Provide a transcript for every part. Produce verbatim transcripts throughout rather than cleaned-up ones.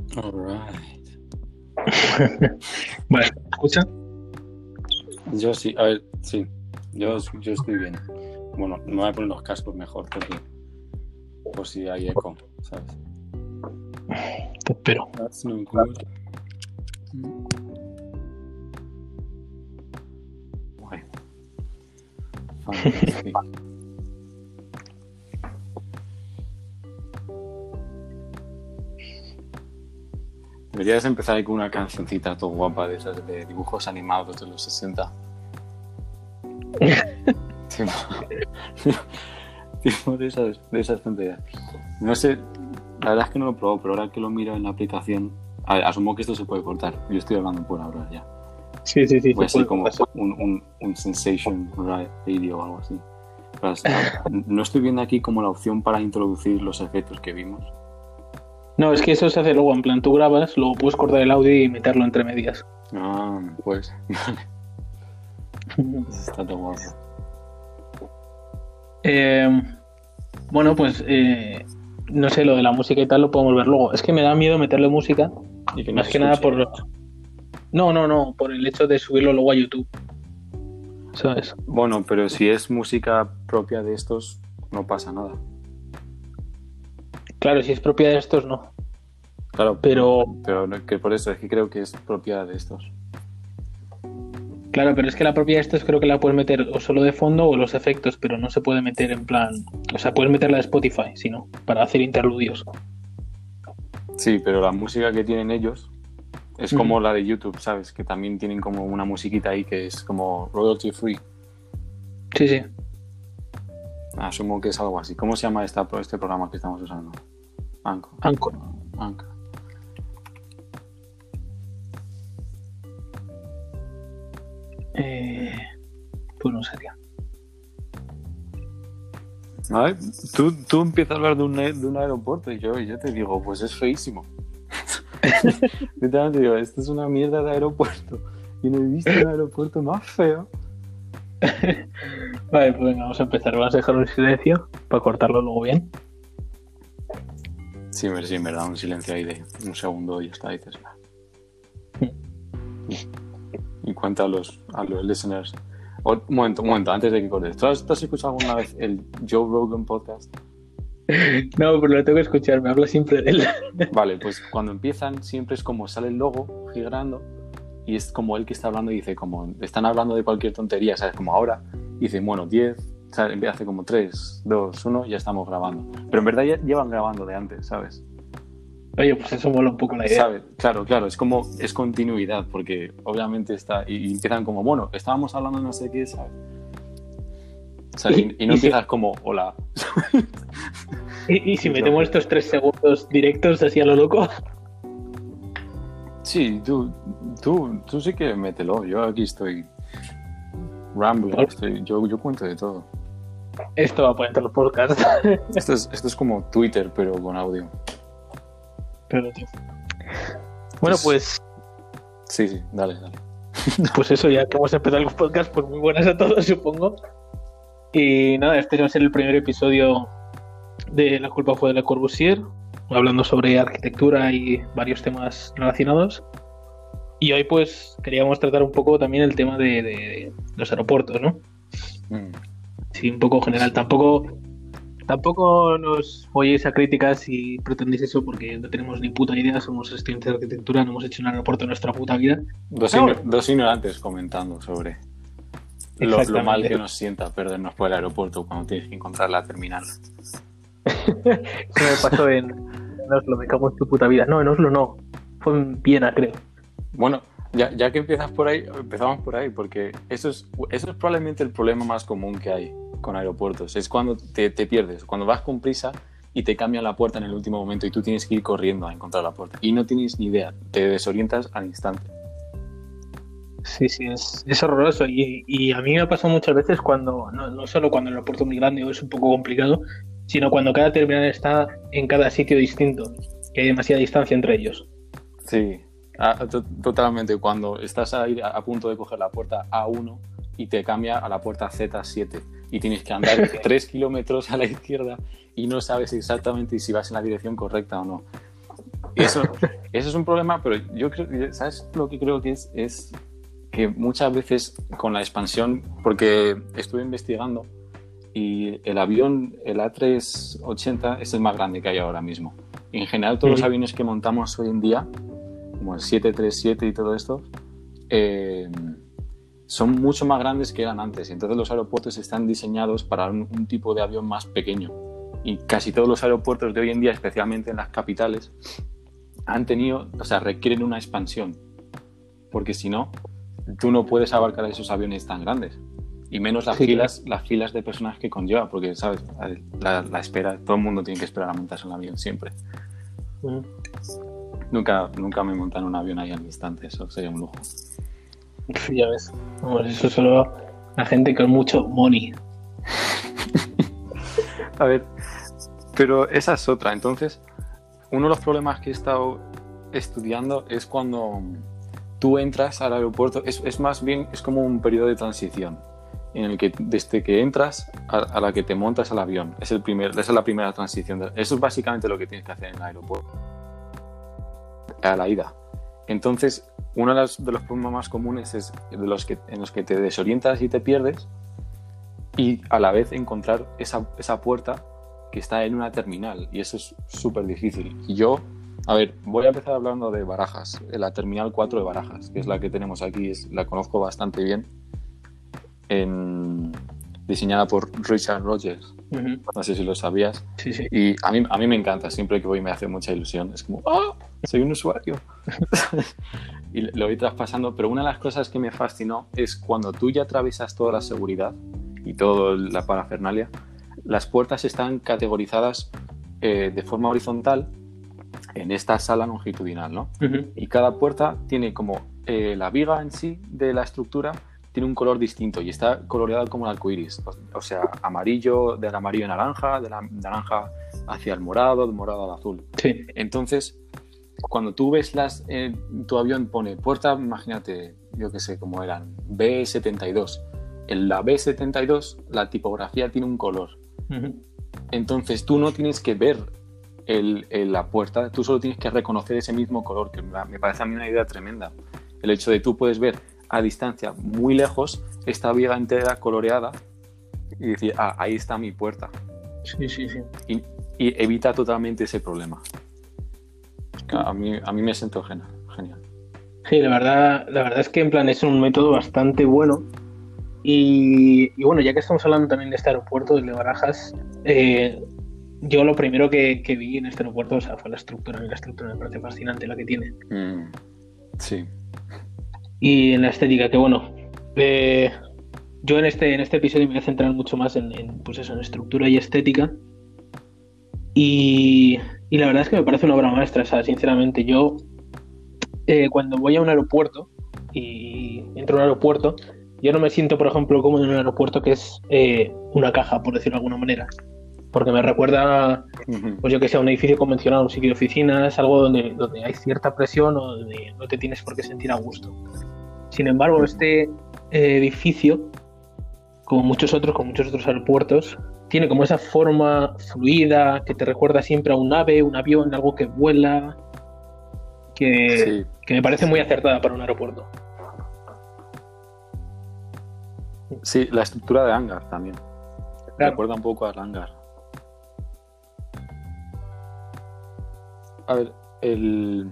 All right. Vale, ¿escucha? Yo sí, a ver, sí. Yo, yo estoy bien. Bueno, me voy a poner los cascos mejor porque por si hay eco, ¿sabes? Te espero. That's no good. Guay. Fantastic. Deberías empezar ahí con una cancioncita todo guapa de esas de dibujos animados de los sesenta. tipo, tipo de esas, de esas tonterías. No sé, la verdad es que no lo he probado, pero ahora que lo miro en la aplicación, a ver, asumo que esto se puede cortar. Yo estoy hablando por ahora ya. Sí, sí, sí. Voy a se ser puede como pasar. un, un, un sensation radio o algo así. Pero, no estoy viendo aquí como la opción para introducir los efectos que vimos. No, es que eso se hace luego, en plan, tú grabas, luego puedes cortar el audio y meterlo entre medias. Ah, pues, vale. Eso está todo guapo. Eh, bueno, pues, eh, no sé, lo de la música y tal lo podemos ver luego. Es que me da miedo meterle música, Y que no más se que nada escuche. por... No, no, no, por el hecho de subirlo luego a YouTube. ¿Sabes? Bueno, pero si es música propia de estos, no pasa nada. Claro, si es propiedad de estos, no. Claro, Pero... pero no- que por eso es que creo que es propiedad de estos. Claro, pero es que la propia de estos creo que la puedes meter o solo de fondo o los efectos, pero no se puede meter en plan... O sea, puedes meterla de Spotify, si no, para hacer interludios. Sí, pero la música que tienen ellos es como la de YouTube, ¿sabes? Que también tienen como una musiquita ahí que es como royalty free. Sí, sí. Asumo que es algo así. ¿Cómo se llama esta, este programa que estamos usando? Anchor. Anchor. Anchor. Eh, pues no sería. A ver, tú, tú empiezas a hablar de un, de un aeropuerto y yo, yo te digo, pues es feísimo. Literalmente digo, esto es una mierda de aeropuerto. Y no he visto un aeropuerto más feo. Vale, pues venga, vamos a empezar. Vamos a dejarlo en silencio para cortarlo luego bien. Sí, sí, en verdad, un silencio ahí de un segundo y ya está, dices. Y cuenta a los, a los listeners. Oh, un momento, un momento, antes de que cortes. ¿Tú has, ¿tú has escuchado alguna vez el Joe Rogan podcast? No, pero lo tengo que escuchar, me habla siempre de él. Vale, pues cuando empiezan siempre es como sale el logo girando y es como él que está hablando y dice como, están hablando de cualquier tontería, ¿sabes? Como ahora, y dicen, bueno, diez, ¿sabes? Empieza hace como tres, dos, uno, ya estamos grabando. Pero en verdad ya llevan grabando de antes, ¿sabes? Oye, pues eso mola un poco la idea. ¿Sabes? Claro, claro, es como, es continuidad, porque obviamente está, y, y empiezan como, bueno, estábamos hablando de no sé qué, ¿sabes? ¿Sabes? Y, y no Y- y empiezas como, hola. Y, y si metemos estos tres segundos directos así a lo loco. Sí, tú, tú, tú sí que mételo. Yo aquí estoy rambling, Vale. estoy, yo, yo cuento de todo. Esto va a poner en los podcasts. Esto es, esto es como Twitter, pero con audio. Pero, tío. Bueno, pues, Sí, sí, dale, dale. pues eso, ya que hemos empezado los podcasts, pues muy buenas a todos, supongo. Y nada, este va a ser el primer episodio de La culpa fue de Le Corbusier, hablando sobre arquitectura y varios temas relacionados. Y hoy pues queríamos tratar un poco también el tema de, de los aeropuertos, ¿no? Mm. Sí, un poco general. Tampoco, tampoco nos oyéis a críticas si pretendéis eso, porque no tenemos ni puta idea, somos estudiantes de arquitectura, no hemos hecho un aeropuerto en nuestra puta vida. Dos, No. igno- dos ignorantes comentando sobre lo, lo Exactamente. mal que nos sienta perdernos por el aeropuerto cuando tienes que encontrar la terminal. Eso me pasó en, en Oslo, me cago en tu puta vida. No, en Oslo no, fue en Viena, creo. Bueno, ya, ya que empiezas por ahí, empezamos por ahí, porque eso es, eso es probablemente el problema más común que hay con aeropuertos. Es cuando te, te pierdes, cuando vas con prisa y te cambian la puerta en el último momento y tú tienes que ir corriendo a encontrar la puerta. Y no tienes ni idea, te desorientas al instante. Sí, sí, es, es horroroso. Y, y a mí me ha pasado muchas veces cuando, no, no solo cuando el aeropuerto es muy grande o es un poco complicado, sino cuando cada terminal está en cada sitio distinto, que hay demasiada distancia entre ellos. Sí, a- to- totalmente. Cuando estás ahí a, a punto de coger la puerta A uno y te cambia a la puerta Z siete y tienes que andar tres kilómetros a la izquierda y no sabes exactamente si vas en la dirección correcta o no. Eso, eso es un problema, pero yo creo, ¿sabes lo que creo que es? Es que muchas veces con la expansión, porque estuve investigando y el avión, el A trescientos ochenta, es el más grande que hay ahora mismo. Y en general todos los aviones que montamos hoy en día, como el siete treinta y siete y todo esto, eh, son mucho más grandes que eran antes. Entonces los aeropuertos están diseñados para un, un tipo de avión más pequeño. Y casi todos los aeropuertos de hoy en día, especialmente en las capitales, han tenido, o sea, requieren una expansión. Porque si no, tú no puedes abarcar esos aviones tan grandes. Y menos las, sí, filas, las filas de personas que conlleva, porque, ¿sabes? La, la espera, todo el mundo tiene que esperar a montarse en un avión siempre. Mm. Nunca, nunca me montan en un avión ahí al instante, eso sería un lujo. Ya ves, vamos, eso solo la gente con mucho money. A ver, pero esa es otra. Entonces, uno de los problemas que he estado estudiando es cuando tú entras al aeropuerto, es, es más bien, es como un periodo de transición en el que desde que entras a, a la que te montas al avión, es el primer, esa es la primera transición. Eso es básicamente lo que tienes que hacer en el aeropuerto a la ida. Entonces, uno de los, de los problemas más comunes es de los que, en los que te desorientas y te pierdes, y a la vez encontrar esa, esa puerta que está en una terminal, y eso es súper difícil. Y yo, a ver, voy a empezar hablando de Barajas, la terminal cuatro de Barajas, que es la que tenemos aquí, es, la conozco bastante bien, en, diseñada por Richard Rogers. Uh-huh. No sé si lo sabías. Sí, sí. Y a mí, a mí me encanta, siempre que voy me hace mucha ilusión. Es como, ¡ah! Soy un usuario. Y lo voy traspasando, pero una de las cosas que me fascinó es cuando tú ya atraviesas toda la seguridad y toda la parafernalia, las puertas están categorizadas eh, de forma horizontal en esta sala longitudinal, ¿no? Uh-huh. Y cada puerta tiene como eh, la viga en sí de la estructura tiene un color distinto y está coloreado como un arcoíris, o sea, amarillo, del amarillo a naranja, de la naranja hacia el morado, del morado al azul. Sí. Entonces, cuando tú ves las, eh, tu avión pone puerta, imagínate, yo qué sé, cómo eran, B setenta y dos. En la B setenta y dos, la tipografía tiene un color. Uh-huh. Entonces, tú no tienes que ver el, el, la puerta, tú solo tienes que reconocer ese mismo color, que me parece a mí una idea tremenda. El hecho de tú puedes ver a distancia, muy lejos, esta viga entera coloreada y decir, ah, ahí está mi puerta. Sí, sí, sí. Y, y evita totalmente ese problema. A mí, a mí me siento genial. genial. Sí, la verdad, la verdad es que en plan es un método bastante bueno. Y, y bueno, ya que estamos hablando también de este aeropuerto, del de Barajas, eh, yo lo primero que, que vi en este aeropuerto, o sea, fue la estructura. Y la estructura me parece fascinante la que tiene. Mm, sí. Y en la estética, que bueno, eh, yo en este, en este episodio me voy a centrar mucho más en, en, pues eso, en estructura y estética. Y, y la verdad es que me parece una obra maestra. O sea, sinceramente, yo eh, cuando voy a un aeropuerto y entro a un aeropuerto, yo no me siento, por ejemplo, cómodo en un aeropuerto que es eh, una caja, por decirlo de alguna manera. Porque me recuerda, pues yo que sé, a un edificio convencional, un sitio de oficinas, algo donde, donde hay cierta presión o donde no te tienes por qué sentir a gusto. Sin embargo, este eh, edificio, como muchos otros, como muchos otros aeropuertos, tiene como esa forma fluida que te recuerda siempre a un ave, un avión, algo que vuela, que, sí. que me parece muy acertada para un aeropuerto. Sí, la estructura de hangar también. Claro. Recuerda un poco al hangar. A ver, el...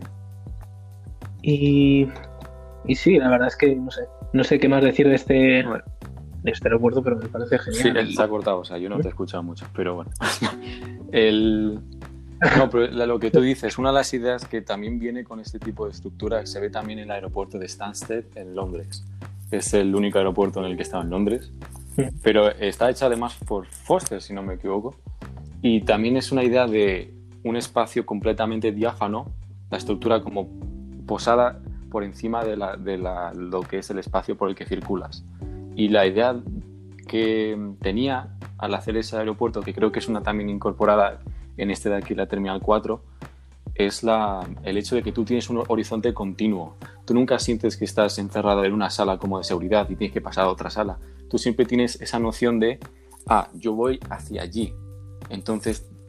Y... Y sí, la verdad es que no sé, no sé qué más decir de este, de este aeropuerto, pero me parece genial. Sí, se ha cortado, o sea, yo no te he escuchado mucho, pero bueno. el... No, pero lo que tú dices, una de las ideas que también viene con este tipo de estructura se ve también en el aeropuerto de Stansted en Londres. Es el único aeropuerto en el que estaba en Londres, pero está hecha además por Foster, si no me equivoco, y también es una idea de un espacio completamente diáfano, la estructura como posada por encima de, la, de la, lo que es el espacio por el que circulas. Y la idea que tenía al hacer ese aeropuerto, que creo que es una también incorporada en este de aquí, la Terminal cuatro, es la, el hecho de que tú tienes un horizonte continuo. Tú nunca sientes que estás encerrado en una sala como de seguridad y tienes que pasar a otra sala. Tú siempre tienes esa noción de, ah, yo voy hacia allí. Entonces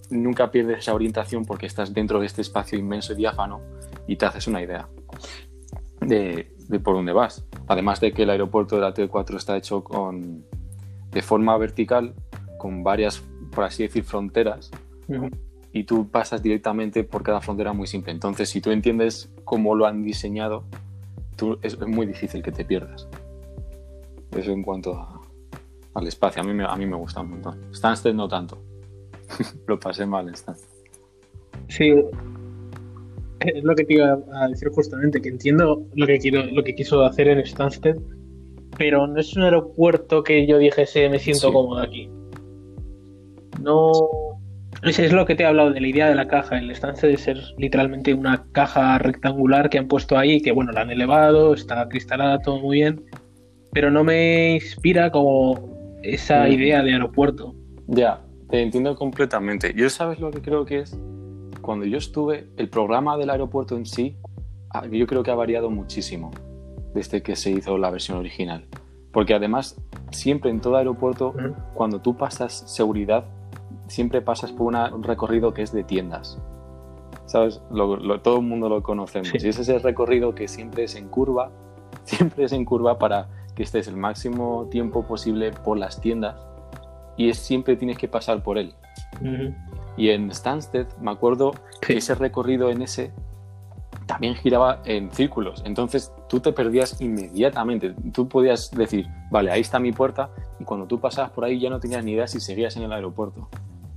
nunca pierdes esa orientación porque estás dentro de este espacio inmenso y diáfano y te haces una idea de, de por dónde vas. Además de que el aeropuerto de la T cuatro está hecho con, de forma vertical, con varias, por así decir, fronteras, uh-huh. y tú pasas directamente por cada frontera muy simple. Entonces, si tú entiendes cómo lo han diseñado, tú, es, es muy difícil que te pierdas. Eso en cuanto a, al espacio. A mí, me, a mí me gusta un montón. Stansted no tanto. Lo pasé mal en Stansted. Sí, es lo que te iba a decir justamente, que entiendo lo que quiero, lo que quiso hacer en Stansted, pero no es un aeropuerto que yo dijese me siento sí. cómodo aquí. No, es, es lo que te he hablado de la idea de la caja. El Stansted de ser literalmente una caja rectangular que han puesto ahí, que bueno, la han elevado, está cristalada, todo muy bien, pero no me inspira como esa mm. idea de aeropuerto. Ya, te entiendo completamente. Yo, ¿sabes lo que creo que es? Cuando yo estuve, el programa del aeropuerto en sí, yo creo que ha variado muchísimo desde que se hizo la versión original. Porque además, siempre en todo aeropuerto, uh-huh. cuando tú pasas seguridad, siempre pasas por una, un recorrido que es de tiendas. ¿Sabes? Lo, lo, todo el mundo lo conocemos. Sí. Y es ese recorrido que siempre es en curva, siempre es en curva para que estés el máximo tiempo posible por las tiendas, y es, siempre tienes que pasar por él. Uh-huh. Y en Stansted, me acuerdo que ese recorrido en ese también giraba en círculos. Entonces tú te perdías inmediatamente. Tú podías decir, vale, ahí está mi puerta, y cuando tú pasabas por ahí ya no tenías ni idea si seguías en el aeropuerto.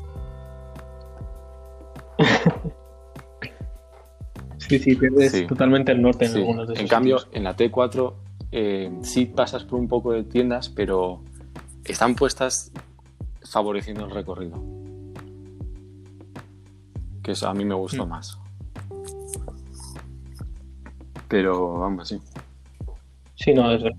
Sí, sí, pierdes sí. totalmente el norte en sí. algunos de esos En cambio, sitios. en la T cuatro eh, sí pasas por un poco de tiendas, pero están puestas favoreciendo el recorrido. Que eso a mí me gustó mm. más. Pero vamos, sí. Sí, no, es verdad.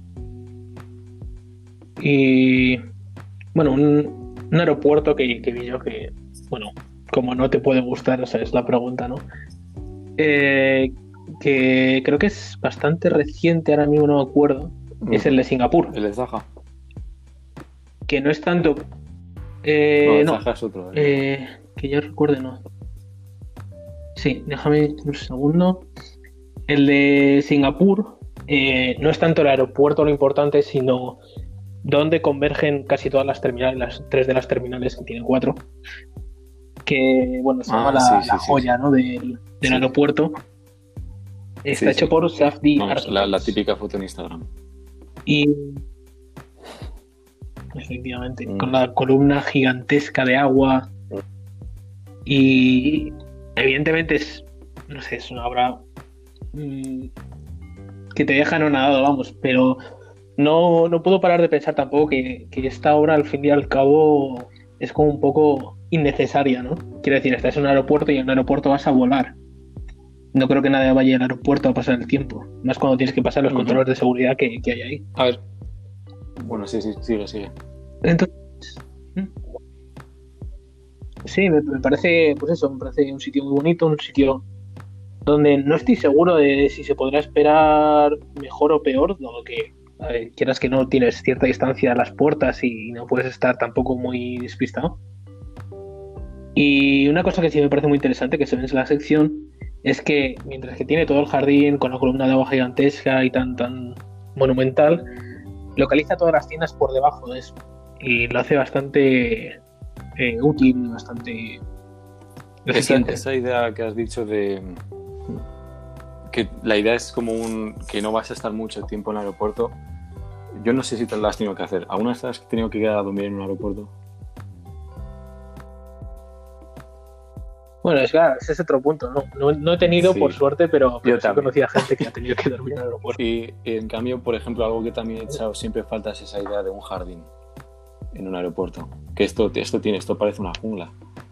Y bueno, un, un aeropuerto que, que vi yo que, bueno, como no te puede gustar, esa es la pregunta, ¿no? Eh, que creo que es bastante reciente, ahora mismo no me acuerdo, mm. es el de Singapur. El de Zaha. Que no es tanto... Eh, no, el no Zaha es otro. ¿eh? Eh, que yo recuerde, no. Sí, déjame un segundo. El de Singapur eh, no es tanto el aeropuerto lo importante, sino donde convergen casi todas las terminales, las tres de las terminales, que tienen cuatro, que bueno, se llama ah, la, sí, la sí, joya, sí. ¿no? del, del sí. aeropuerto. Está sí, hecho sí. por Safdie Vamos, la, la típica foto en Instagram. Y efectivamente, mm. con la columna gigantesca de agua. Y evidentemente es, no sé, es una obra mmm, que te deja anonadado, vamos, pero no, no puedo parar de pensar tampoco que, que esta obra al fin y al cabo es como un poco innecesaria, ¿no? Quiero decir, estás en un aeropuerto y en un aeropuerto vas a volar. No creo que nadie vaya al aeropuerto a pasar el tiempo, más cuando tienes que pasar los uh-huh. controles de seguridad que, que hay ahí. A ver, bueno, sí, sí, sigue, sigue. Entonces, sí, me, me parece, pues eso, me parece un sitio muy bonito, un sitio donde no estoy seguro de si se podrá esperar mejor o peor, dado que a ver, quieras que no tienes cierta distancia a las puertas y no puedes estar tampoco muy despistado. Y una cosa que sí me parece muy interesante que se ve en la sección es que mientras que tiene todo el jardín con la columna de agua gigantesca y tan tan monumental, localiza todas las tiendas por debajo de eso y lo hace bastante eh, útil, bastante eficiente. Esa, esa idea que has dicho de que la idea es como un que no vas a estar mucho tiempo en el aeropuerto. Yo no sé si te lo has tenido que hacer. ¿Alguna vez has tenido que quedar a dormir en un aeropuerto? Bueno, es claro, ese es otro punto, ¿no? No, no he tenido, sí. por suerte, pero, pero sí conocía gente que ha tenido que dormir en el aeropuerto. Y, y en cambio, por ejemplo, algo que también he echado siempre falta es esa idea de un jardín en un aeropuerto. Que esto, esto tiene, esto parece una jungla.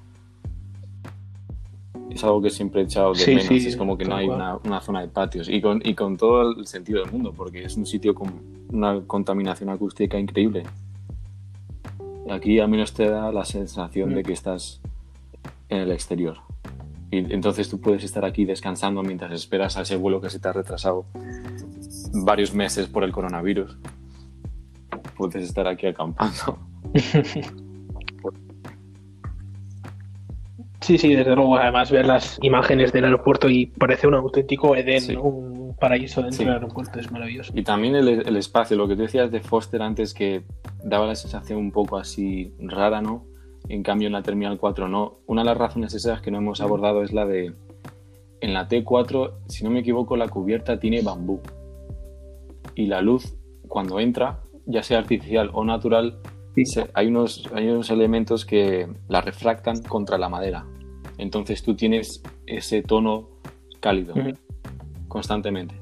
Es algo que siempre he echado de sí, menos. Sí, es como que no hay una, una zona de patios. Y con, y con todo el sentido del mundo, porque es un sitio con una contaminación acústica increíble. Aquí al menos te da la sensación mm. de que estás en el exterior. Y entonces tú puedes estar aquí descansando mientras esperas a ese vuelo que se te ha retrasado varios meses por el coronavirus. Puedes estar aquí acampando. Sí, sí, desde luego. Además, ver las imágenes del aeropuerto y parece un auténtico Edén, Sí, ¿no? Un paraíso dentro sí. del aeropuerto, es maravilloso. Y también el, el espacio, lo que tú decías de Foster antes, que daba la sensación un poco así rara, ¿no? En cambio en la Terminal cuatro no. Una de las razones esas que no hemos abordado es la de, en la T cuatro, si no me equivoco, la cubierta tiene bambú. Y la luz, cuando entra, ya sea artificial o natural, Sí. se, hay, unos, hay unos elementos que la refractan contra la madera. Entonces tú tienes ese tono cálido Ujú. constantemente.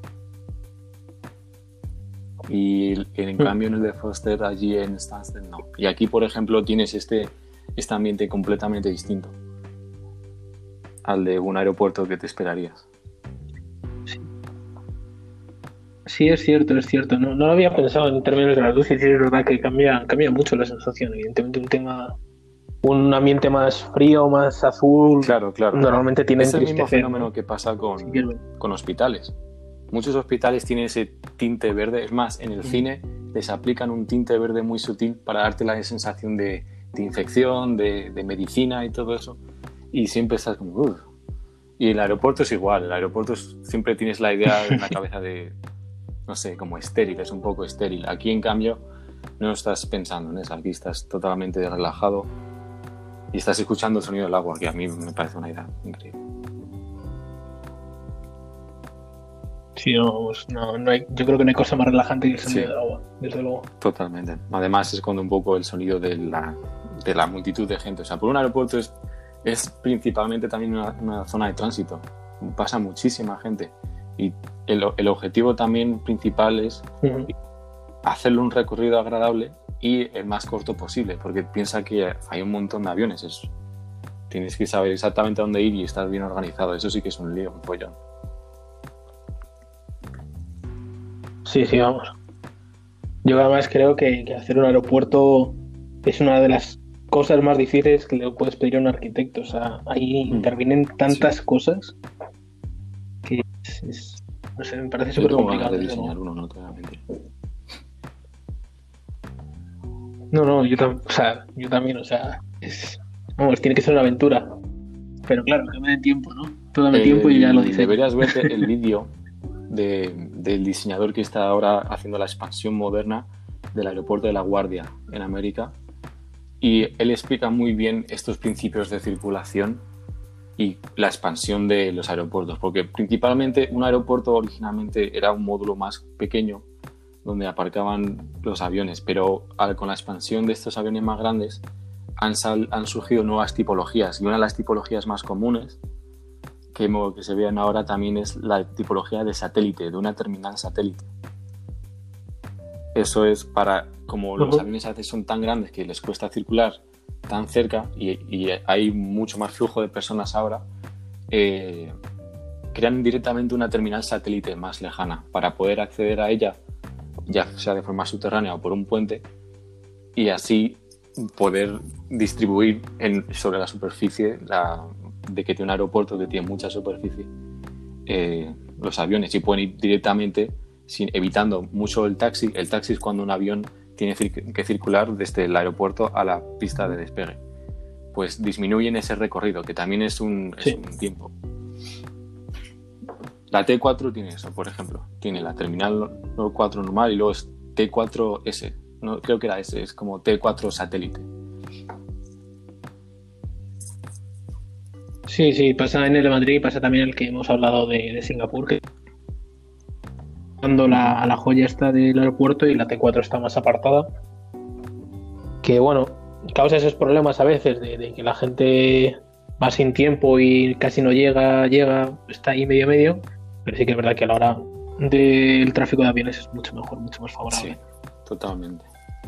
Y en Mm. cambio en el de Foster, allí en Stansted, no. Y aquí, por ejemplo, tienes este, este ambiente completamente distinto al de un aeropuerto que te esperarías. Sí, es cierto, es cierto. No, no lo había pensado en términos de la luz y sí es verdad que cambia, cambia mucho la sensación. Evidentemente un tema, un ambiente más frío, más azul, Claro, claro. normalmente tiene Es el mismo entristecer, fenómeno ¿no? que pasa con, Sí que es verdad. con hospitales. Muchos hospitales tienen ese tinte verde. Es más, en el cine les aplican un tinte verde muy sutil para darte la sensación de, de infección, de, de medicina y todo eso. Y siempre estás como... "Ugh". Y el aeropuerto es igual. El aeropuerto es- siempre tienes la idea en la cabeza de, no sé, como estéril, es un poco estéril. Aquí, en cambio, no estás pensando en eso. Aquí estás totalmente relajado y estás escuchando el sonido del agua, que a mí me parece una idea increíble. Sí, no, vamos, no, no hay, yo creo que no hay cosa más relajante que el sonido Sí. del agua, desde luego. Totalmente. Además, esconde un poco el sonido de la, de la multitud de gente. O sea, por un aeropuerto es, es principalmente también una, una zona de tránsito. Pasa muchísima gente. Y el, el objetivo también principal es Ujú. hacerle un recorrido agradable y el más corto posible, porque piensa que hay un montón de aviones. Es, tienes que saber exactamente a dónde ir y estar bien organizado. Eso sí que es un lío, un follón. Sí, sí, vamos. Yo además creo que, que hacer un aeropuerto es una de las cosas más difíciles que le puedes pedir a un arquitecto. O sea, ahí Mm. intervienen tantas Sí. cosas que es, es- no sé, me parece Yo súper tengo ganas complicado. de desde diseñar luego. uno, no te voy a mentir. No, no, yo, tam- o sea, yo también, o sea, es, vamos, tiene que ser una aventura. Pero claro, que me den tiempo, ¿no? Tú dame tiempo y ya lo El- diseño. deberías verte el vídeo de- del diseñador que está ahora haciendo la expansión moderna del aeropuerto de La Guardia en América, y él explica muy bien estos principios de circulación y la expansión de los aeropuertos, porque principalmente un aeropuerto originalmente era un módulo más pequeño donde aparcaban los aviones, pero al- con la expansión de estos aviones más grandes han, sal- han surgido nuevas tipologías, y una de las tipologías más comunes que, mo- que se vean ahora también es la tipología de satélite, de una terminal satélite. Eso es para, como los Ujú. aviones a veces son tan grandes que les cuesta circular tan cerca y, y hay mucho más flujo de personas ahora, eh, crean directamente una terminal satélite más lejana para poder acceder a ella, ya sea de forma subterránea o por un puente, y así poder distribuir en, sobre la superficie la, de que tiene un aeropuerto que tiene mucha superficie, eh, los aviones, y pueden ir directamente sin, evitando mucho el taxi. El taxi es cuando un avión tiene cir- que circular desde el aeropuerto a la pista de despegue. Pues disminuyen ese recorrido, que también es un, Sí. es un tiempo. La T cuatro tiene eso, por ejemplo. Tiene la terminal cuatro normal y luego es T cuatro S. No, creo que era S, es como T cuatro satélite. Sí, sí, pasa en el de Madrid y pasa también el que hemos hablado de, de Singapur, que cuando la, la joya está del aeropuerto y la T cuatro está más apartada, que bueno, causa esos problemas a veces de, de que la gente va sin tiempo y casi no llega, llega, está ahí medio medio, pero sí que es verdad que a la hora del tráfico de aviones es mucho mejor, mucho más favorable. Sí, totalmente.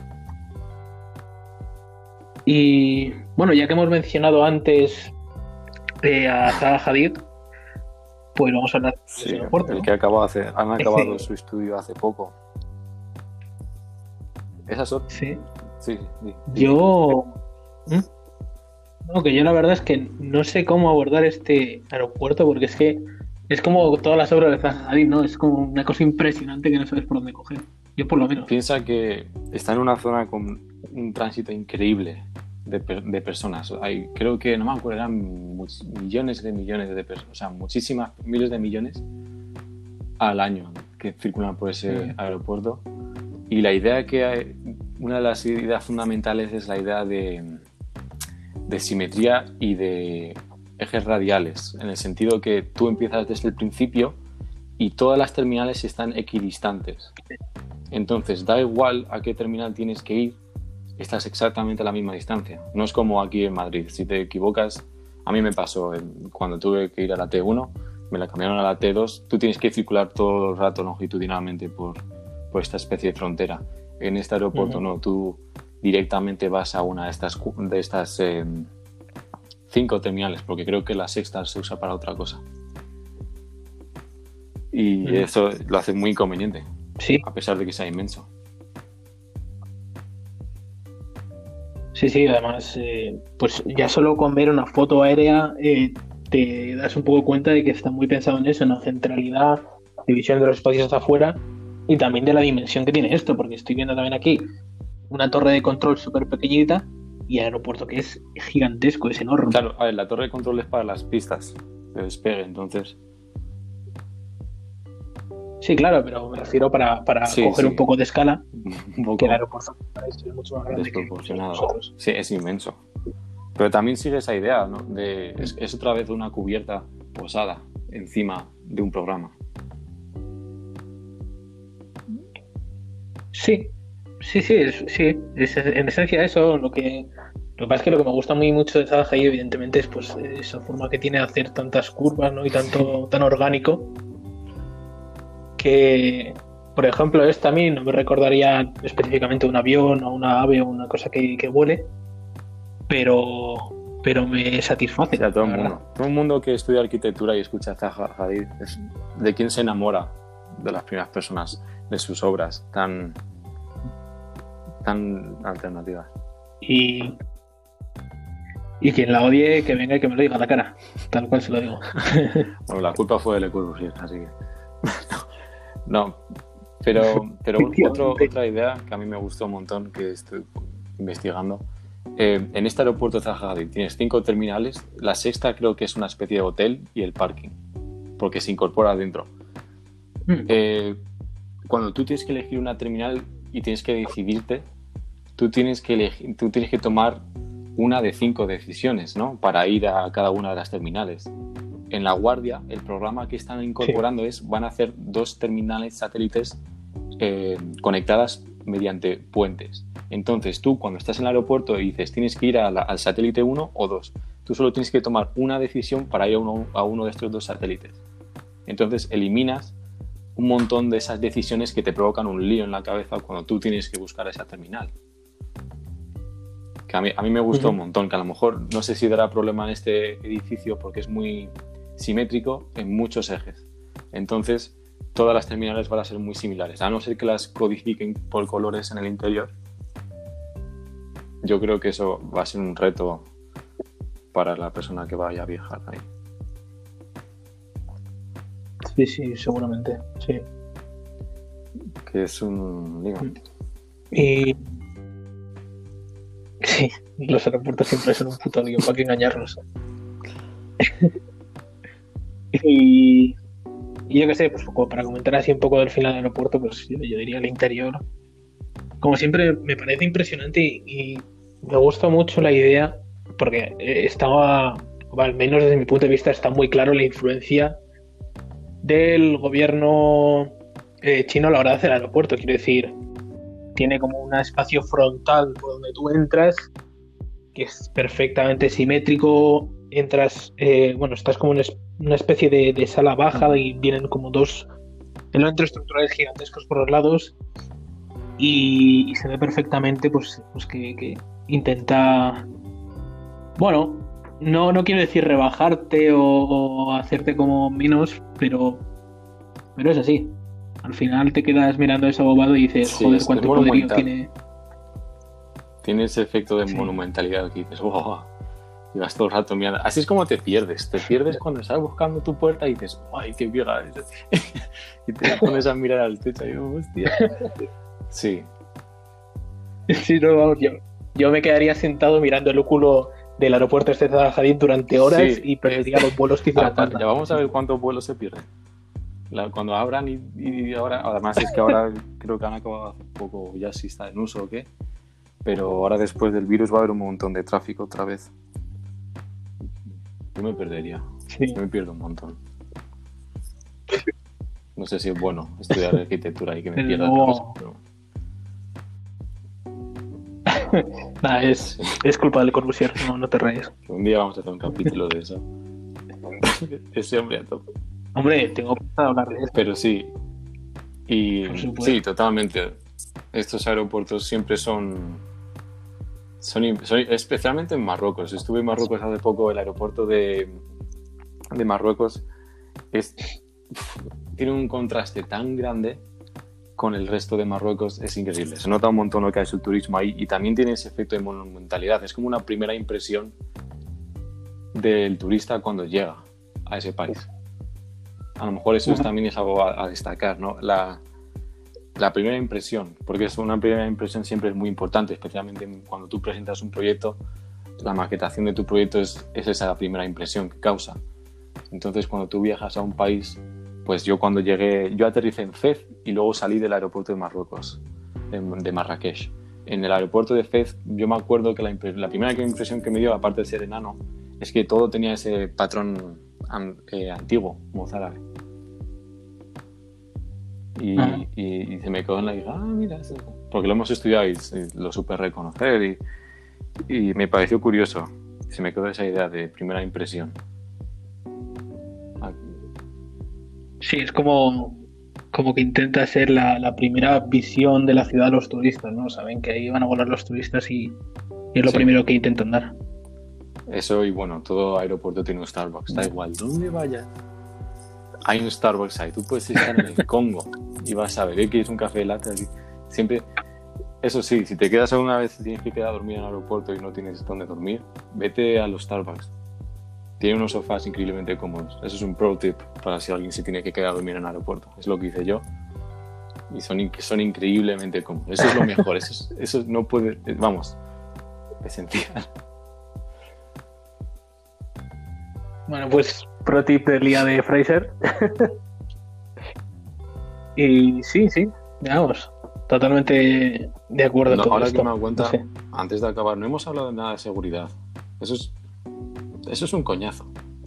Y bueno, ya que hemos mencionado antes eh, a Zaha Hadid, pues vamos a hablar de Sí, ese aeropuerto, el ¿no? que acabó hace, han acabado su estudio hace poco. ¿Esa es otra? Sí. Sí, sí. Yo. ¿Mm? No, que yo la verdad es que no sé cómo abordar este aeropuerto porque es que es como todas las obras de Zaha Hadid, ¿no? Es como una cosa impresionante que no sabes por dónde coger. Yo por lo menos. Piensa que está en una zona con un tránsito increíble de, de personas. Hay, creo que, no me acuerdo, eran much, millones de millones de personas, o sea, muchísimas, miles de millones al año que circulan por ese mm. aeropuerto. Y la idea que hay, una de las ideas fundamentales es la idea de, de simetría y de ejes radiales, en el sentido que tú empiezas desde el principio y todas las terminales están equidistantes. Entonces, da igual a qué terminal tienes que ir, estás exactamente a la misma distancia. No es como aquí en Madrid. Si te equivocas, a mí me pasó cuando tuve que ir a la T uno, me la cambiaron a la T dos, tú tienes que circular todo el rato longitudinalmente por, por esta especie de frontera. En este aeropuerto uh-huh. no, tú directamente vas a una de estas, de estas eh, cinco terminales, porque creo que la sexta se usa para otra cosa. Y uh-huh. eso lo hace muy inconveniente, sí. a pesar de que sea inmenso. Sí, sí, además, eh, pues ya solo con ver una foto aérea eh, te das un poco cuenta de que está muy pensado en eso, en la centralidad, división de los espacios hacia afuera y también de la dimensión que tiene esto, porque estoy viendo también aquí una torre de control súper pequeñita y el aeropuerto que es gigantesco, es enorme. Claro, a ver, la torre de control es para las pistas de despegue, entonces... Sí, claro, pero me refiero para, para sí, coger sí. un poco de escala, un poco que el aeropuerto es mucho más grande que nosotros. Sí, es inmenso. Pero también sigue esa idea, ¿no? De, es, es otra vez una cubierta posada encima de un programa. Sí, sí, sí, es, sí. Es, en esencia eso, lo que... Lo que pasa es que lo que me gusta muy mucho de Zaha Hadid, evidentemente, es pues esa forma que tiene de hacer tantas curvas, ¿no? Y tanto tan orgánico. Que, por ejemplo, esta a mí no me recordaría específicamente un avión o una ave o una cosa que, que vuele, pero, pero me satisface. O sea, todo el mundo. Todo el mundo que estudia arquitectura y escucha a Zaha Hadid es de quien se enamora de las primeras personas, de sus obras tan, tan alternativas. Y, y quien la odie, que venga y que me lo diga a la cara, tal cual se lo digo. Bueno, la culpa fue de Le Corbusier, así que... No, pero, pero otro, otra idea que a mí me gustó un montón, que estoy investigando, eh, en este aeropuerto de Zaha Hadid tienes cinco terminales, la sexta creo que es una especie de hotel y el parking, porque se incorpora adentro. Mm. Eh, cuando tú tienes que elegir una terminal y tienes que decidirte, tú tienes que, elegir, tú tienes que tomar una de cinco decisiones, ¿no? Para ir a cada una de las terminales. En La Guardia, el programa que están incorporando sí. es, van a hacer dos terminales satélites eh, conectadas mediante puentes. Entonces tú, cuando estás en el aeropuerto y dices tienes que ir a la, al satélite uno o dos, tú solo tienes que tomar una decisión para ir a uno, a uno de estos dos satélites. Entonces eliminas un montón de esas decisiones que te provocan un lío en la cabeza cuando tú tienes que buscar esa terminal. Que a mí, a mí me gustó uh-huh. un montón, que a lo mejor no sé si dará problema en este edificio porque es muy... simétrico en muchos ejes. Entonces, todas las terminales van a ser muy similares, a no ser que las codifiquen por colores en el interior. Yo creo que eso va a ser un reto para la persona que vaya a viajar ahí. Sí, sí, seguramente, sí. Que es un lío. Y... Sí, los aeropuertos siempre son un puto lío, para que engañarlos. Y, y yo qué sé, pues para comentar así un poco del final del aeropuerto, pues yo, yo diría el interior. Como siempre, me parece impresionante y, y me gusta mucho la idea, porque estaba, o al menos desde mi punto de vista, está muy claro la influencia del gobierno eh, chino a la hora de hacer el aeropuerto. Quiero decir, tiene como un espacio frontal por donde tú entras, que es perfectamente simétrico. Entras, eh, bueno, estás como en una especie de, de sala baja y vienen como dos elementos estructurales gigantescos por los lados y, y se ve perfectamente pues, pues que, que intenta, bueno, no, no quiero decir rebajarte o, o hacerte como menos, pero, pero es así. Al final te quedas mirando ese abobado y dices, sí, joder, cuánto poderío tiene. Tiene ese efecto de sí. monumentalidad que dices, wow. Y vas todo el rato mirando. Así es como te pierdes. Te pierdes cuando estás buscando tu puerta y dices, ¡ay, qué vieja! Y te pones a mirar al techo y digo, hostia. Sí. Sí, no, vamos, yo, yo me quedaría sentado mirando el óculo del aeropuerto este de Tajadid durante horas sí. y perdería los vuelos que hiciera falta. Ya vamos a ver cuántos vuelos se pierden. La, cuando abran y, y ahora, además es que ahora creo que han acabado hace poco, ya si está en uso o qué, pero ahora después del virus va a haber un montón de tráfico otra vez. Yo me perdería, sí. Yo me pierdo un montón. No sé si es bueno estudiar arquitectura y que me pierda no. cosas, pero... Nah, es, sí. es culpa del Corbusier, no, no te rayes. Un día vamos a hacer un capítulo de eso. Ese hombre a tope. Hombre, tengo pensado hablar de eso. Pero sí, y sí, totalmente. Estos aeropuertos siempre son, son, son, especialmente en Marruecos. Estuve en Marruecos hace poco, el aeropuerto de, de Marruecos es, tiene un contraste tan grande con el resto de Marruecos, es increíble. Se nota un montón lo que es el turismo ahí y también tiene ese efecto de monumentalidad. Es como una primera impresión del turista cuando llega a ese país. A lo mejor eso es, también es algo a, a destacar, ¿no? La, la primera impresión, porque es una primera impresión siempre es muy importante, especialmente cuando tú presentas un proyecto, la maquetación de tu proyecto es, es esa primera impresión que causa. Entonces, cuando tú viajas a un país, pues yo cuando llegué, yo aterricé en Fez y luego salí del aeropuerto de Marruecos, de, de Marrakech. En el aeropuerto de Fez, yo me acuerdo que la, la primera impresión que me dio, aparte de ser enano, es que todo tenía ese patrón eh, antiguo, mozárabe. Y, uh-huh. y, y se me quedó en la hija, ah, mira, eso. Porque lo hemos estudiado y, y lo supe reconocer y, y me pareció curioso. Se me quedó esa idea de primera impresión. Sí, es como, como que intenta ser la, la primera visión de la ciudad a los turistas, ¿no? Saben que ahí van a volar los turistas y, y es lo sí. primero que intentan dar. Eso, y bueno, todo aeropuerto tiene un Starbucks, da igual dónde vayas. Hay un Starbucks ahí, tú puedes estar en el Congo y vas a ver, ¿eh? ¿Quieres un café de latte? Siempre, eso sí, si te quedas alguna vez y tienes que quedar a dormir en el aeropuerto y no tienes dónde dormir, vete a los Starbucks. Tiene unos sofás increíblemente cómodos. Eso es un pro tip para si alguien se tiene que quedar a dormir en el aeropuerto. Es lo que hice yo. Y son, son increíblemente cómodos. Eso es lo mejor. Eso, es, eso no puede... Vamos, esencial. Bueno, pues pro tip del día de Fraser. Y sí, sí, vamos. Totalmente de acuerdo. No, con ahora esto. que me doy cuenta, no sé. Antes de acabar, no hemos hablado de nada de seguridad. Eso es... Eso es un coñazo.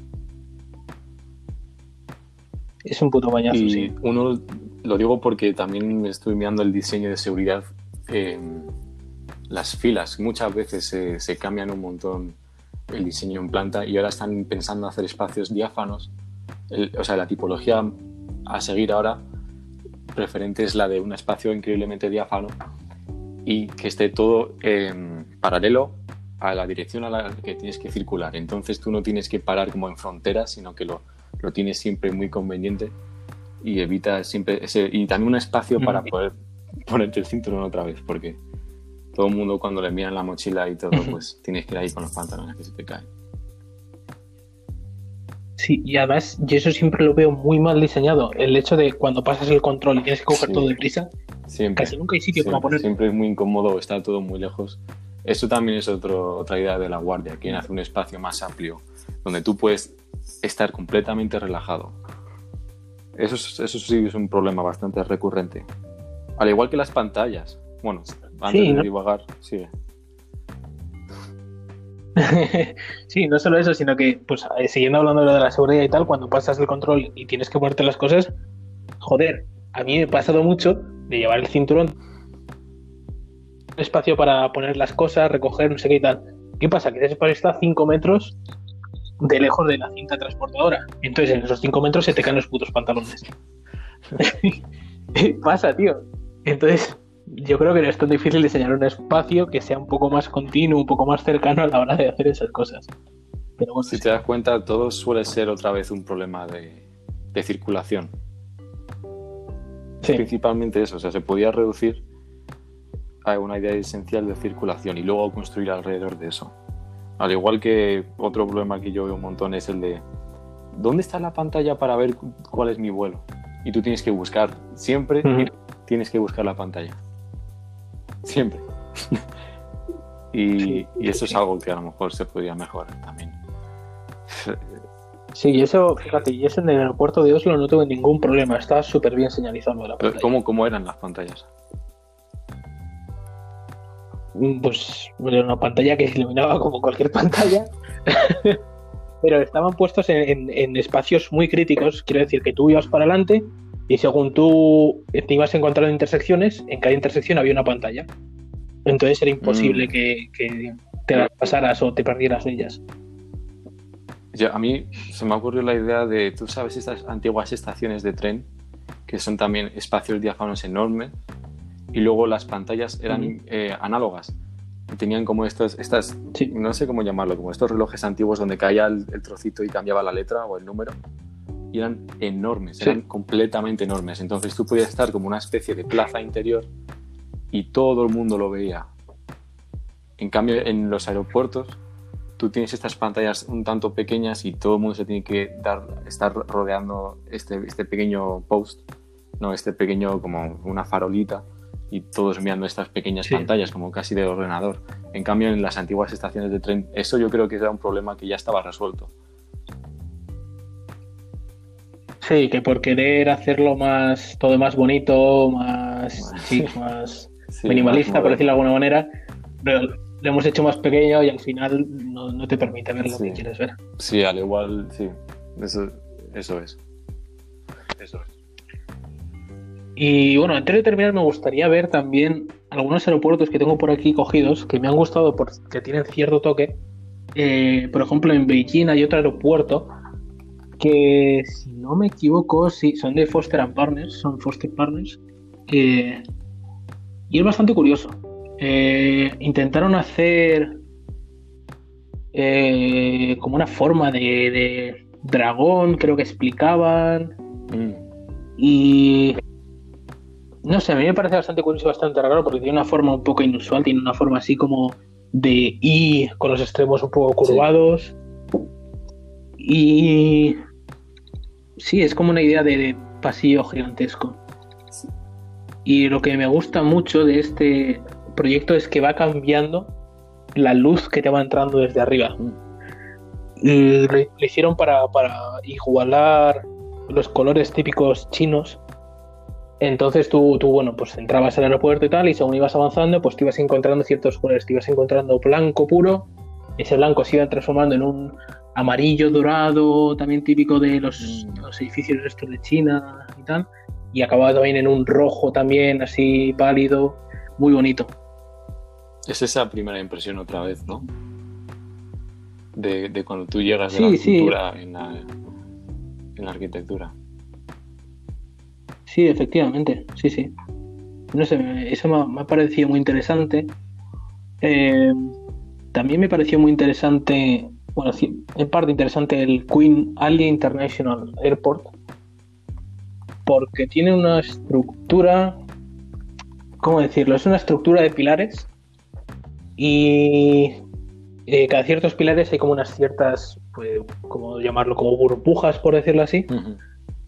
Es un puto coñazo, y sí. Uno, lo digo porque también estoy mirando el diseño de seguridad. Eh, las filas, muchas veces se, se cambian un montón el diseño en planta y ahora están pensando hacer espacios diáfanos. El, o sea, la tipología a seguir ahora preferente es la de un espacio increíblemente diáfano y que esté todo eh, paralelo a la dirección a la que tienes que circular. Entonces tú no tienes que parar como en fronteras, sino que lo, lo tienes siempre muy conveniente y evitas siempre ese... Y también un espacio para poder ponerte el cinturón otra vez, porque todo el mundo cuando le envían la mochila y todo, pues tienes que ir ahí con los pantalones que se te caen. Sí, y además yo eso siempre lo veo muy mal diseñado. El hecho de cuando pasas el control y tienes que coger sí. todo deprisa, siempre, casi nunca hay sitio siempre, para poner. Siempre es muy incómodo, está todo muy lejos. Eso también es otro, otra idea de la guardia, quien hace un espacio más amplio, donde tú puedes estar completamente relajado. Eso, eso sí es un problema bastante recurrente. Al igual que las pantallas. Bueno, antes sí, de ¿no? divagar, sigue. Sí, no solo eso, sino que, pues, siguiendo hablando de, lo de la seguridad y tal, cuando pasas el control y tienes que ponerte las cosas, joder, a mí me ha pasado mucho de llevar el cinturón, espacio para poner las cosas, recoger, no sé qué y tal. ¿Qué pasa? Que ese espacio está a cinco metros de lejos de la cinta transportadora. Entonces, en esos cinco metros se te caen los putos pantalones. Pasa, tío. Entonces, yo creo que no es tan difícil diseñar un espacio que sea un poco más continuo, un poco más cercano a la hora de hacer esas cosas. Pero bueno, si sí. te das cuenta, todo suele ser otra vez un problema de, de circulación. Sí. Principalmente eso, o sea, se podía reducir a una idea esencial de circulación y luego construir alrededor de eso. Al igual que otro problema que yo veo un montón es el de ¿dónde está la pantalla para ver cuál es mi vuelo? Y tú tienes que buscar, siempre uh-huh. tienes que buscar la pantalla. Siempre. Y, Sí, y eso sí, es sí. algo que a lo mejor se podría mejorar también. Sí, y eso, fíjate, y eso en el aeropuerto de Oslo no tuve ningún problema, estaba súper bien señalizado la Pero, pantalla. ¿Cómo, cómo eran las pantallas? Mm, Pues era una pantalla que se iluminaba como cualquier pantalla, pero estaban puestos en, en- en espacios muy críticos, quiero decir que tú ibas para adelante y según tú te ibas encontrando intersecciones, en cada intersección había una pantalla. Entonces era imposible Mm. que, que te las pasaras o te perdieras de ellas. Yo- a mí se me ocurrió la idea de, tú sabes, estas antiguas estaciones de tren, que son también espacios diáfanos enormes, y luego las pantallas eran Ujú. eh, análogas. Y tenían como estos, estas, Sí, no sé cómo llamarlo, como estos relojes antiguos donde caía el, el trocito y cambiaba la letra o el número. Y eran enormes, eran sí, completamente enormes. Entonces tú podías estar como una especie de plaza interior y todo el mundo lo veía. En cambio, en los aeropuertos tú tienes estas pantallas un tanto pequeñas y todo el mundo se tiene que dar, estar rodeando este, este pequeño post, no, este pequeño como una farolita, y todos mirando estas pequeñas sí. pantallas como casi de ordenador. En cambio, en las antiguas estaciones de tren, eso yo creo que era un problema que ya estaba resuelto. Sí, que por querer hacerlo más, todo más bonito, más Sí, chic, más sí, más minimalista, por decirlo de moderno. alguna manera, pero lo hemos hecho más pequeño y al final no, no te permite ver lo Sí, que quieres ver. sí, al igual, sí, eso, eso es. Eso es. Y bueno, antes de terminar, me gustaría ver también algunos aeropuertos que tengo por aquí cogidos que me han gustado porque tienen cierto toque. Eh, por ejemplo, en Beijing hay otro aeropuerto que, si no me equivoco, sí, son de Foster and Partners, son Foster Partners. eh, y es bastante curioso. Eh, intentaron hacer eh, como una forma de, de dragón, creo que explicaban. Mm, Y no sé, a mí me parece bastante curioso y bastante raro porque tiene una forma un poco inusual, tiene una forma así como de I con los extremos un poco sí, curvados. Y sí, es como una idea de, de pasillo gigantesco. sí. Y lo que me gusta mucho de este proyecto es que va cambiando la luz que te va entrando desde arriba. Mm. Y lo, lo hicieron para, para igualar los colores típicos chinos. Entonces tú, tú, bueno, pues entrabas al aeropuerto y tal, y según ibas avanzando, pues te ibas encontrando ciertos colores. Te ibas encontrando blanco puro, ese blanco se iba transformando en un amarillo dorado, también típico de los, Mm. los edificios estos de China y tal, y acababa también en un rojo también, así pálido, muy bonito. Es esa primera impresión otra vez, ¿no? De, de cuando tú llegas de la Sí, sí, cultura en la, en la arquitectura. sí, efectivamente, sí, sí. No sé, me- eso me ha, me ha parecido muy interesante. Eh, También me pareció muy interesante, bueno, sí, en parte interesante el Queen Ali International Airport, porque tiene una estructura, ¿cómo decirlo? Es una estructura de pilares y eh, cada ciertos pilares hay como unas ciertas, pues, ¿cómo llamarlo? Como burbujas, por decirlo así. Ujú.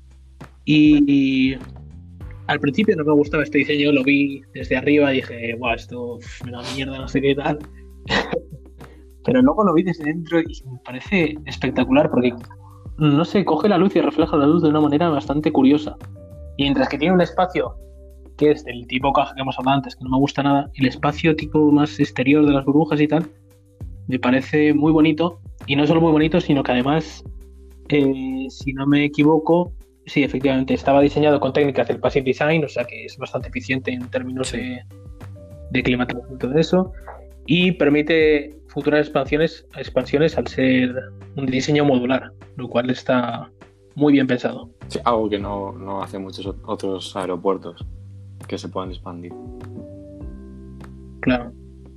Y, y al principio no me gustaba este diseño, lo vi desde arriba y dije, guau, esto uf, me da mierda, no sé qué tal. Pero luego lo vi desde dentro y me parece espectacular porque, no sé, coge la luz y refleja la luz de una manera bastante curiosa. Y mientras que tiene un espacio que es del tipo caja que hemos hablado antes, que no me gusta nada, el espacio tipo más exterior de las burbujas y tal, me parece muy bonito. Y no solo muy bonito, sino que además, eh, si no me equivoco, sí, efectivamente, estaba diseñado con técnicas del Passive Design, o sea que es bastante eficiente en términos Sí, de, de climatización y todo eso. Y permite futuras expansiones, expansiones al ser un diseño modular, lo cual está muy bien pensado. sí, algo que no, no hacen muchos ot- otros aeropuertos que se puedan expandir. Claro.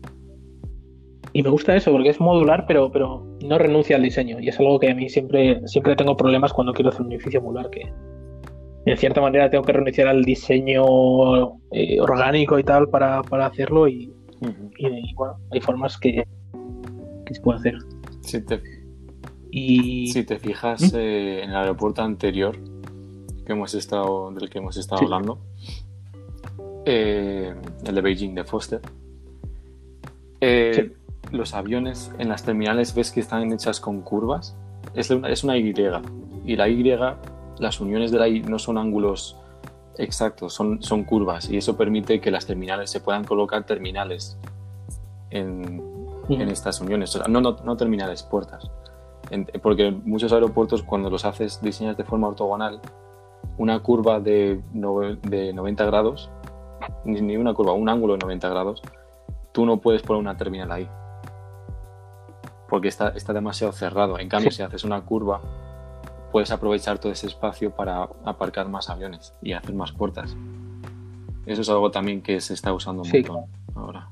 Y me gusta eso porque es modular, pero, pero no renuncia al diseño. Y es algo que a mí siempre, siempre tengo problemas cuando quiero hacer un edificio modular, que en cierta manera tengo que renunciar al diseño eh, orgánico y tal para, para hacerlo. Y, Ujú. y, y, bueno, hay formas que, que se puede hacer. Si te, Y si te fijas ¿Mm? eh, en el aeropuerto anterior que hemos estado, del que hemos estado Sí, hablando, eh, el de Beijing, de Foster, eh, sí. los aviones en las terminales ves que están hechas con curvas. Es una, es una Y. Y la Y, las uniones de la Y no son ángulos exactos, son, son curvas. Y eso permite que las terminales se puedan colocar terminales en, en estas uniones. O sea, no, no, no terminales, puertas. En, porque muchos aeropuertos, cuando los haces, diseñas de forma ortogonal, una curva de, no, de noventa grados, ni, ni una curva, un ángulo de noventa grados, tú no puedes poner una terminal ahí. Porque está, está demasiado cerrado. En cambio, sí. Si haces una curva, puedes aprovechar todo ese espacio para aparcar más aviones y hacer más puertas. Eso es algo también que se está usando un sí, montón claro. ahora.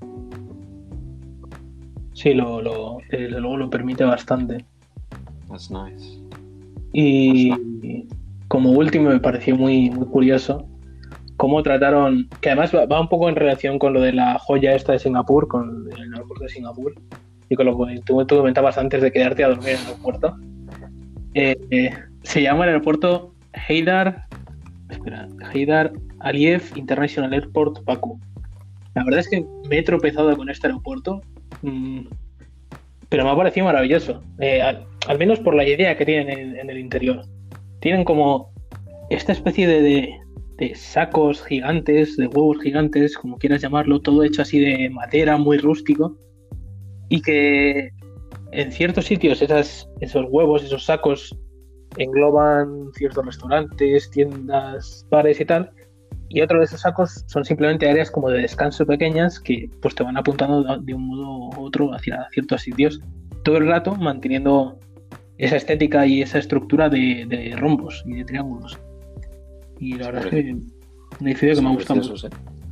Sí, lo, lo, desde luego lo permite bastante. That's nice. Y That's nice. Como último me pareció muy, muy curioso cómo trataron, que además va, va un poco en relación con lo de la joya esta de Singapur, con el aeropuerto de Singapur, y con lo que tú, tú comentabas antes de quedarte a dormir en el aeropuerto. Eh, eh, se llama el aeropuerto Heydar, espera, Heydar Aliyev International Airport, Bakú. La verdad es que me he tropezado con este aeropuerto, mmm, pero me ha parecido maravilloso, eh, al, al menos por la idea que tienen en, en el interior. Tienen como esta especie de, de, de sacos gigantes, de huevos gigantes, como quieras llamarlo, todo hecho así de madera, muy rústico, y que en ciertos sitios esas, esos huevos, esos sacos engloban ciertos restaurantes, tiendas, bares y tal, y otros de esos sacos son simplemente áreas como de descanso pequeñas que pues te van apuntando de un modo u otro hacia ciertos sitios, todo el rato manteniendo esa estética y esa estructura de, de rombos y de triángulos. Y la verdad es que un edificio que me ha gustado mucho.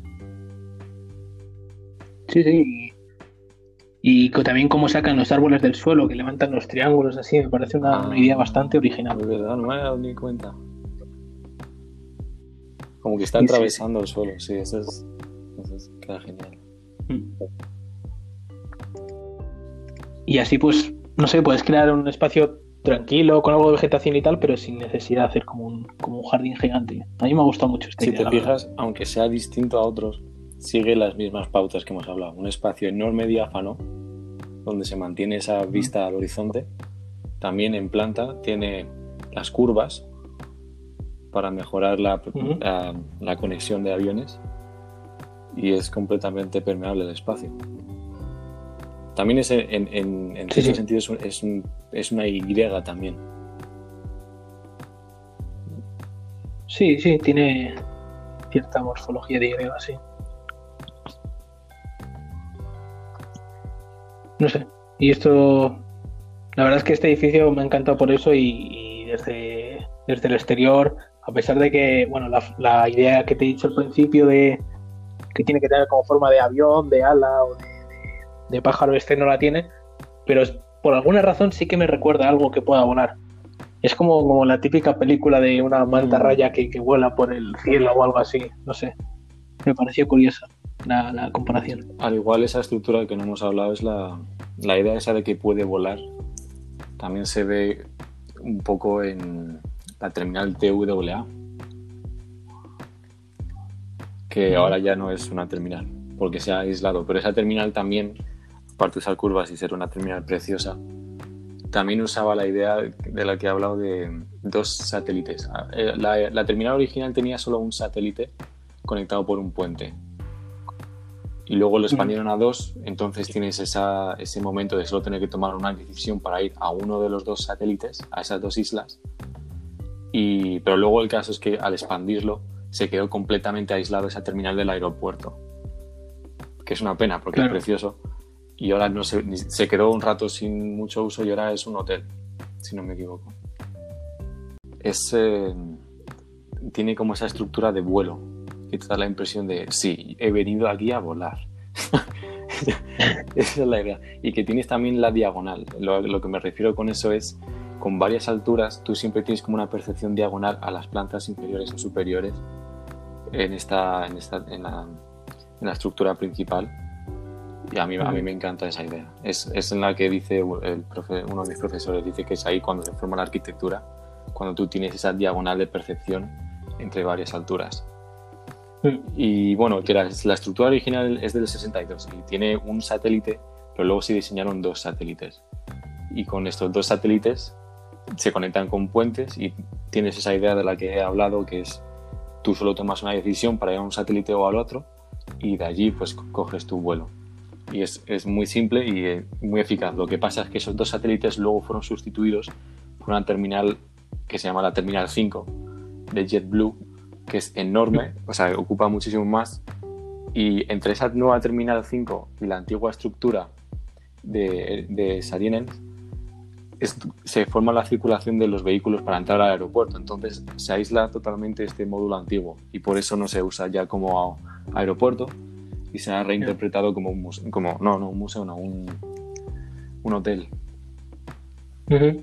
Sí, sí. Y también cómo sacan los árboles del suelo, que levantan los triángulos así, me parece una, ah, una idea bastante original. De verdad, no me he dado ni cuenta. Como que está Sí, atravesando sí. el suelo, sí, eso es, eso es queda genial. Y así pues, no sé, puedes crear un espacio tranquilo, con algo de vegetación y tal, pero sin necesidad de hacer como un, como un jardín gigante. A mí me ha gustado mucho esta Si idea. te fijas, aunque sea distinto a otros, sigue las mismas pautas que hemos hablado. Un espacio enorme, diáfano, donde se mantiene esa vista al horizonte. También en planta tiene las curvas para mejorar la, uh-huh. la, la conexión de aviones, y es completamente permeable el espacio. También es en, en, en sí, cierto sí. sentido es, un, es, un, es una Y también. Sí, sí, tiene cierta morfología de Y, sí. No sé. Y esto, la verdad es que este edificio me ha encantado por eso, y, y desde, desde el exterior, a pesar de que, bueno, la, la idea que te he dicho al principio de que tiene que tener como forma de avión, de ala o de, de, de pájaro, este no la tiene, pero por alguna razón sí que me recuerda algo que pueda volar. Es como, como la típica película de una mantarraya que, que vuela por el cielo o algo así, no sé. Me pareció curiosa la, la comparación. Al igual, esa estructura que no hemos hablado es la, la idea esa de que puede volar. También se ve un poco en la terminal T W A, que mm. ahora ya no es una terminal porque se ha aislado, pero esa terminal también, aparte de usar curvas y ser una terminal preciosa, también usaba la idea de la que he hablado de dos satélites. La, la terminal original tenía solo un satélite conectado por un puente, y luego lo expandieron a dos, entonces tienes esa, ese momento de solo tener que tomar una decisión para ir a uno de los dos satélites, a esas dos islas, y, pero luego el caso es que al expandirlo se quedó completamente aislado esa terminal del aeropuerto, que es una pena porque claro. Es precioso, y ahora no se, se quedó un rato sin mucho uso y ahora es un hotel, si no me equivoco. Es, eh, tiene como esa estructura de vuelo que te da la impresión de, sí, he venido aquí a volar. Esa es la idea. Y que tienes también la diagonal. Lo, lo que me refiero con eso es, con varias alturas, tú siempre tienes como una percepción diagonal a las plantas inferiores o superiores en, esta, en, esta, en, la, en la estructura principal. Y a mí, a mí me encanta esa idea. Es, es en la que dice el profe, uno de mis profesores, dice que es ahí cuando se forma la arquitectura, cuando tú tienes esa diagonal de percepción entre varias alturas. Y bueno, que la, la estructura original es del sesenta y dos y tiene un satélite pero luego se diseñaron dos satélites. Y con estos dos satélites se conectan con puentes y tienes esa idea de la que he hablado, que es tú solo tomas una decisión para ir a un satélite o al otro y de allí pues coges tu vuelo. Y es, es muy simple y eh, muy eficaz. Lo que pasa es que esos dos satélites luego fueron sustituidos por una terminal que se llama la Terminal cinco de JetBlue, que es enorme, o sea, ocupa muchísimo más. Y entre esa nueva Terminal cinco y la antigua estructura de, de Saarinen es, se forma la circulación de los vehículos para entrar al aeropuerto. Entonces se aísla totalmente este módulo antiguo y por eso no se usa ya como aeropuerto y se ha reinterpretado como un museo, como, no, no un museo, no, un, un hotel. Uh-huh.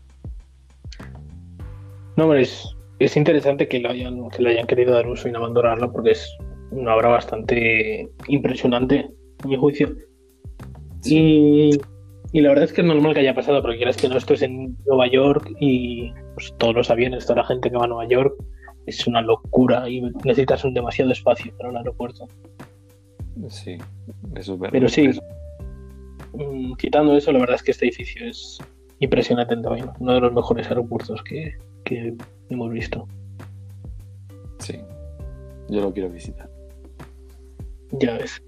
No, hombre, es, es interesante que lo hayan, que le hayan querido dar uso y no abandonarlo, porque es una obra bastante impresionante, a mi juicio. Sí. Y, y la verdad es que es normal que haya pasado, porque quieras que no, esto es en Nueva York y pues, todos los aviones, toda la gente que va a Nueva York, es una locura y necesitas un demasiado espacio para un aeropuerto. Sí, eso es verdad. Pero sí, mm, quitando eso, la verdad es que este edificio es impresionante también, uno de los mejores aeropuertos que, que hemos visto. Sí, yo lo quiero visitar. Ya ves.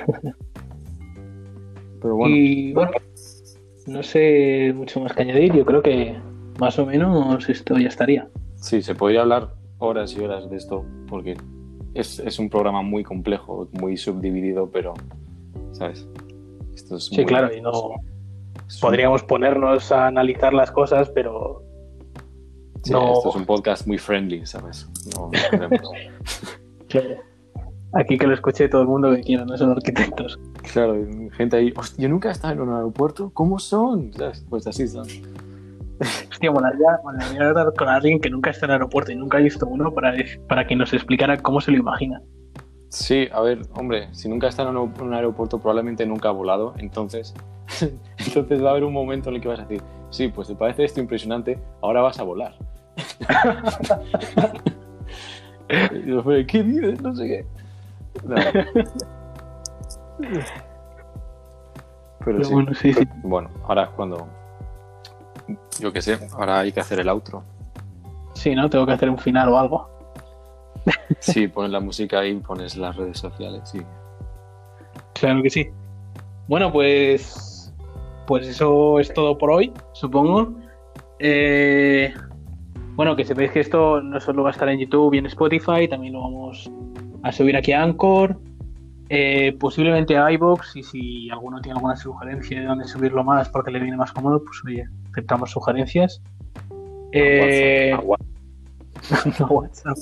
Pero bueno. Y bueno, no sé mucho más que añadir. Yo creo que más o menos esto ya estaría. Sí, se podría hablar horas y horas de esto porque es, es un programa muy complejo, muy subdividido, pero, ¿sabes? Esto es sí, muy... claro, y no podríamos ponernos a analizar las cosas, pero sí, no... esto es un podcast muy friendly, ¿sabes? No, no claro. Aquí que lo escuche todo el mundo que quiera, no son arquitectos. Claro, gente ahí, hostia, yo nunca he estado en un aeropuerto, ¿cómo son? ¿Sabes? Pues así son. Hostia, molaría, molaría hablar con alguien que nunca está en el aeropuerto y nunca ha visto uno para, para que nos explicara cómo se lo imagina. Sí, a ver, hombre, si nunca ha estado en un aeropuerto probablemente nunca ha volado, entonces, entonces va a haber un momento en el que vas a decir, sí, pues te parece esto impresionante, ahora vas a volar. Y yo, ¿qué dices? No sé qué. No. Pero, Pero sí, bueno, sí, sí. Bueno, ahora cuando... Yo qué sé, ahora hay que hacer el outro. Sí, ¿no? Tengo que hacer un final o algo. Sí, pones la música y pones las redes sociales, sí. Claro que sí. Bueno, pues... Pues eso es todo por hoy, supongo. Eh... Bueno, que sepáis que esto no solo va a estar en YouTube y en Spotify, también lo vamos a subir aquí a Anchor, eh, posiblemente a iVoox, y si alguno tiene alguna sugerencia de dónde subirlo más porque le viene más cómodo, pues oye, aceptamos sugerencias. Eh... A WhatsApp. A WhatsApp.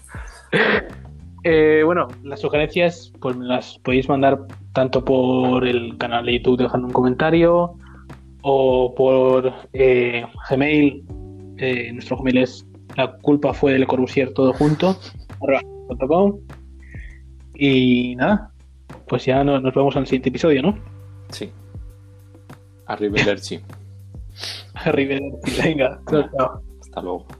eh, bueno, las sugerencias pues me las podéis mandar tanto por el canal de YouTube dejando un comentario o por eh, Gmail. Eh, nuestro Gmail es la culpa fue de Le Corbusier todo junto arroba punto com. Y nada, pues ya no, nos vemos en el siguiente episodio, ¿no? Sí. Arrivederci. Arrivederci, venga, chao, chao. Hasta luego.